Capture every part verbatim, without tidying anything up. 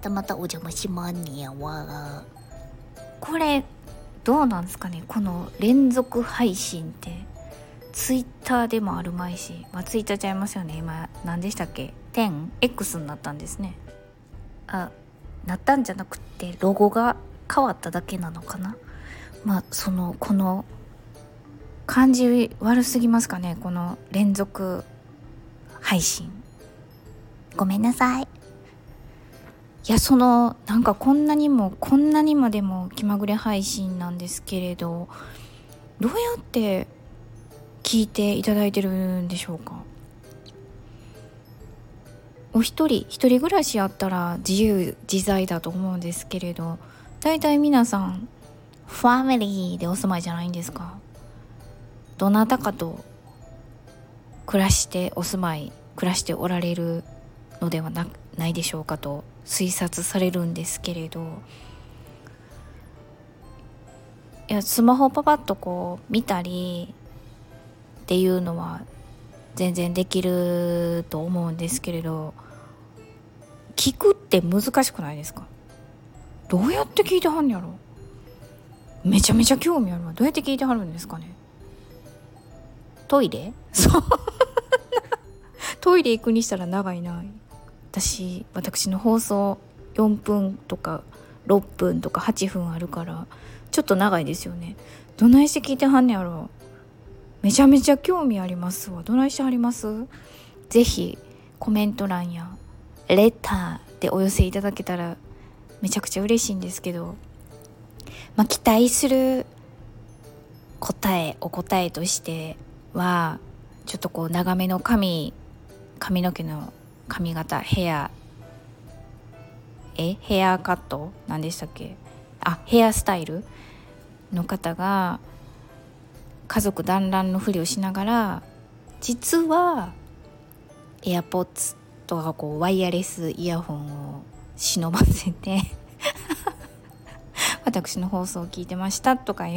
たまたお邪魔しまんねやわ。 これどうなんですかね、この連続配信ってツイッターでもあるまいし、まあ、ツイッターちゃいますよね。今何でしたっけ、 テンエックス になったんですね。あ、なったんじゃなくてロゴが変わっただけなのかな。まあそのこの感じ悪すぎますかね、この連続配信。 ごめんなさい。 いや、そのなんかこんなにもこんなにまでも気まぐれ配信なんですけれど、どうやって聞いていただいてるんでしょうか。お一人一人暮らしやったら自由自在だと思うんですけれど、だいたい皆さんファミリーでお住まいじゃないんですか。どなたかと暮らしてお住まい暮らしておられるのでは な, ないでしょうかと推察されるんですけれど、いやスマホをパパッとこう見たりっていうのは全然できると思うんですけれど、聞くって難しくないですか。どうやって聞いてはんやろ。めちゃめちゃ興味あるわ。どうやって聞いてはるんですかね。トイレそうトイレ行くにしたら長いな。私私の放送よんぷんとかろっぷんとかはちふんあるからちょっと長いですよね。どないして聞いてはんねやろ。めちゃめちゃ興味ありますわ。どないしてはります。ぜひコメント欄やレターでお寄せいただけたらめちゃくちゃ嬉しいんですけど、まあ期待する答えお答えとしては、ちょっとこう長めの髪髪の毛の髪型ヘアえヘアカット何でしたっけ、あヘアスタイルの方が家族団らんのふりをしながら、実はエアポッツとかこうワイヤレスイヤホンを忍ばせて私の放送を聞いてましたとかいう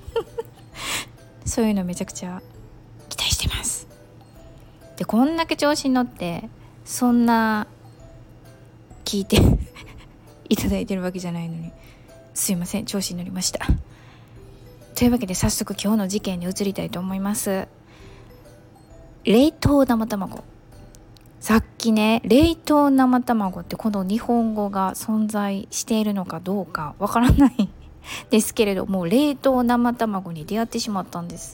そういうのめちゃくちゃ期待してます。でこんだけ調子に乗ってそんな聞いていただいてるわけじゃないのに、すいません、調子に乗りました。というわけで早速今日の事件に移りたいと思います。冷凍生卵。さっきね、冷凍生卵ってこの日本語が存在しているのかどうかわからないですけれども、冷凍生卵に出会ってしまったんです。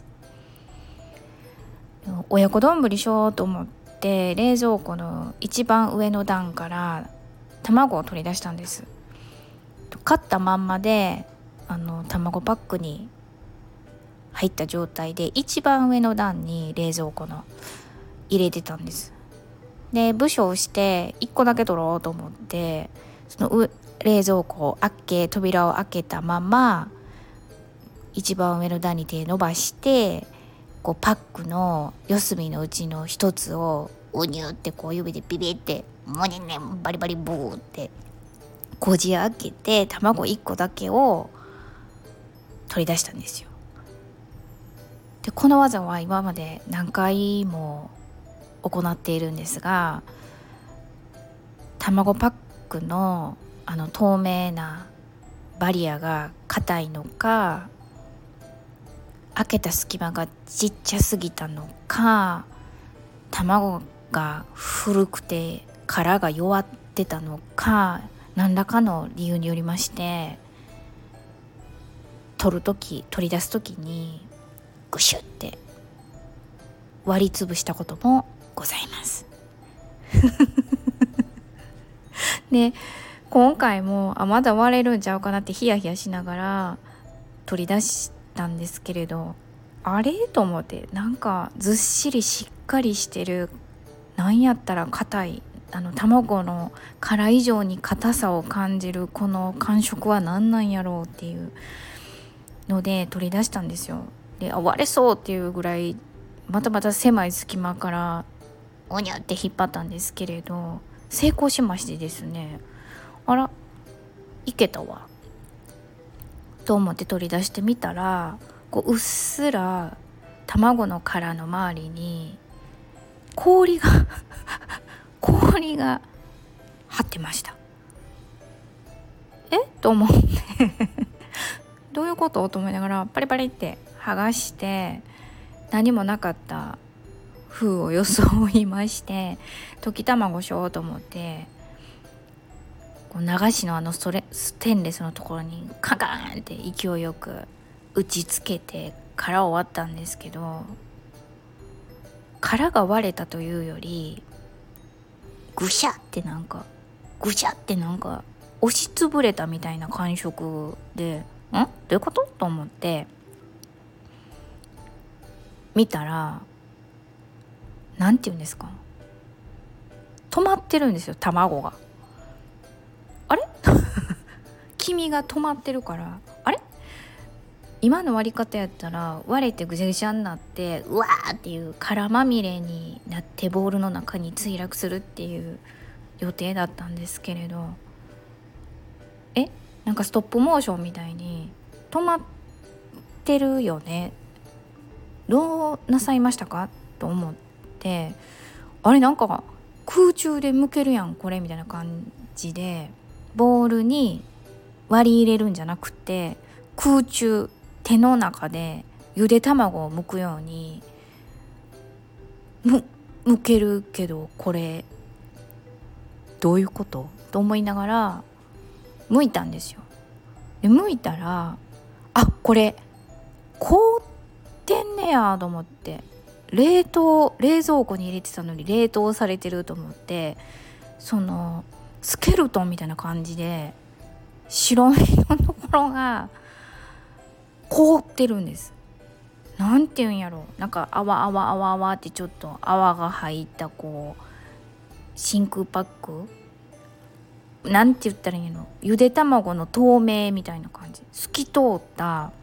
親子丼しようと思って冷蔵庫の一番上の段から卵を取り出したんです。買ったまんまであの卵パックに入った状態で一番上の段に冷蔵庫の入れてたんです。で武将していっこだけ取ろうと思ってその冷蔵庫を開け扉を開けたまま一番上の段に手伸ばしてこうパックの四隅のうちの一つをうにゅってこう指でビビってもにねバリバリブーってこじ開けて卵いっこだけを取り出したんですよ。でこの技は今まで何回も行っているんですが、卵パックのあの透明なバリアが硬いのか、開けた隙間がちっちゃすぎたのか、卵が古くて殻が弱ってたのか、何らかの理由によりまして取るとき取り出すときにグシュって割りつぶしたこともございますで今回もあまだ割れるんちゃうかなってヒヤヒヤしながら取り出したんですけれど、あれと思って、なんかずっしりしっかりしてる、なんやったら硬いあの卵の殻以上に硬さを感じるこの感触は何なんやろうっていうので取り出したんですよ。で割れそうっていうぐらいまたまた狭い隙間からおにゃって引っ張ったんですけれど成功しましてですね、あらいけたわと思って取り出してみたら、こううっすら卵の殻の周りに氷が氷が張ってました。 えと思ってどういうことと思いながらパリパリって剥がして何もなかった風を装いまして、溶き卵しようと思ってこう流しのあのストレステンレスのところにカカーンって勢いよく打ちつけて殻を割ったんですけど、殻が割れたというよりぐしゃってなんかぐしゃってなんか押しつぶれたみたいな感触で、んどういうことと思って見たら、なんていうんですか、止まってるんですよ、卵が。あれ黄身が止まってるから、あれ今の割り方やったら割れてぐしゃぐしゃになってうわーっていう殻まみれになってボウルの中に墜落するっていう予定だったんですけれど、えなんかストップモーションみたいに止まってるよね、どうなさいましたかと思って、あれなんか空中で向けるやんこれみたいな感じで、ボウルに割り入れるんじゃなくて空中手の中でゆで卵を剥くようにむ剥けるけど、これどういうことと思いながら剥いたんですよ。で剥いたら、あこれ凍ってんねやと思って、冷凍冷蔵庫に入れてたのに冷凍されてると思って、そのスケルトンみたいな感じで白身のところが凍ってるんです。なんていうんやろ、なんか泡泡泡泡ってちょっと泡が入ったこう真空パック、なんて言ったらいいの、ゆで卵の透明みたいな感じ、透き通った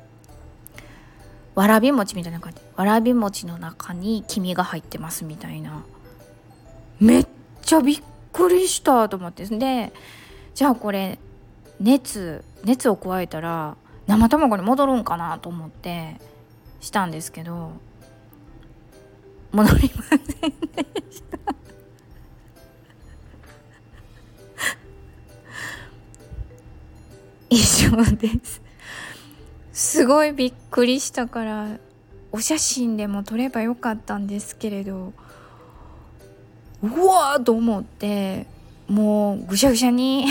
わらび餅みたいな感じ、わらび餅の中に黄身が入ってますみたいな、めっちゃびっくりしたと思って、でじゃあこれ熱熱を加えたら生卵に戻るんかなと思ってしたんですけど、戻りませんでした以上です。すごいびっくりしたからお写真でも撮ればよかったんですけれど、うわーと思ってもうぐしゃぐしゃに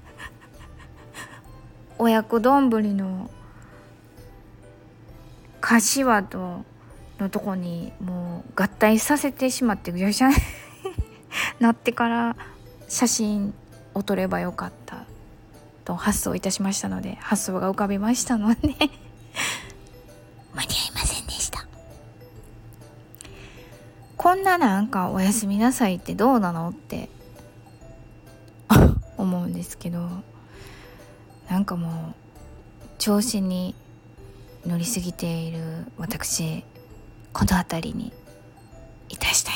親子丼のかしわとのとこにもう合体させてしまってぐしゃぐしゃになってから写真を撮ればよかったと発想いたしましたので、発想が浮かびましたので間に合いませんでした。 こんななんかおやすみなさいってどうなのって思うんですけど、なんかもう調子に乗りすぎている私、この辺りにいたしたい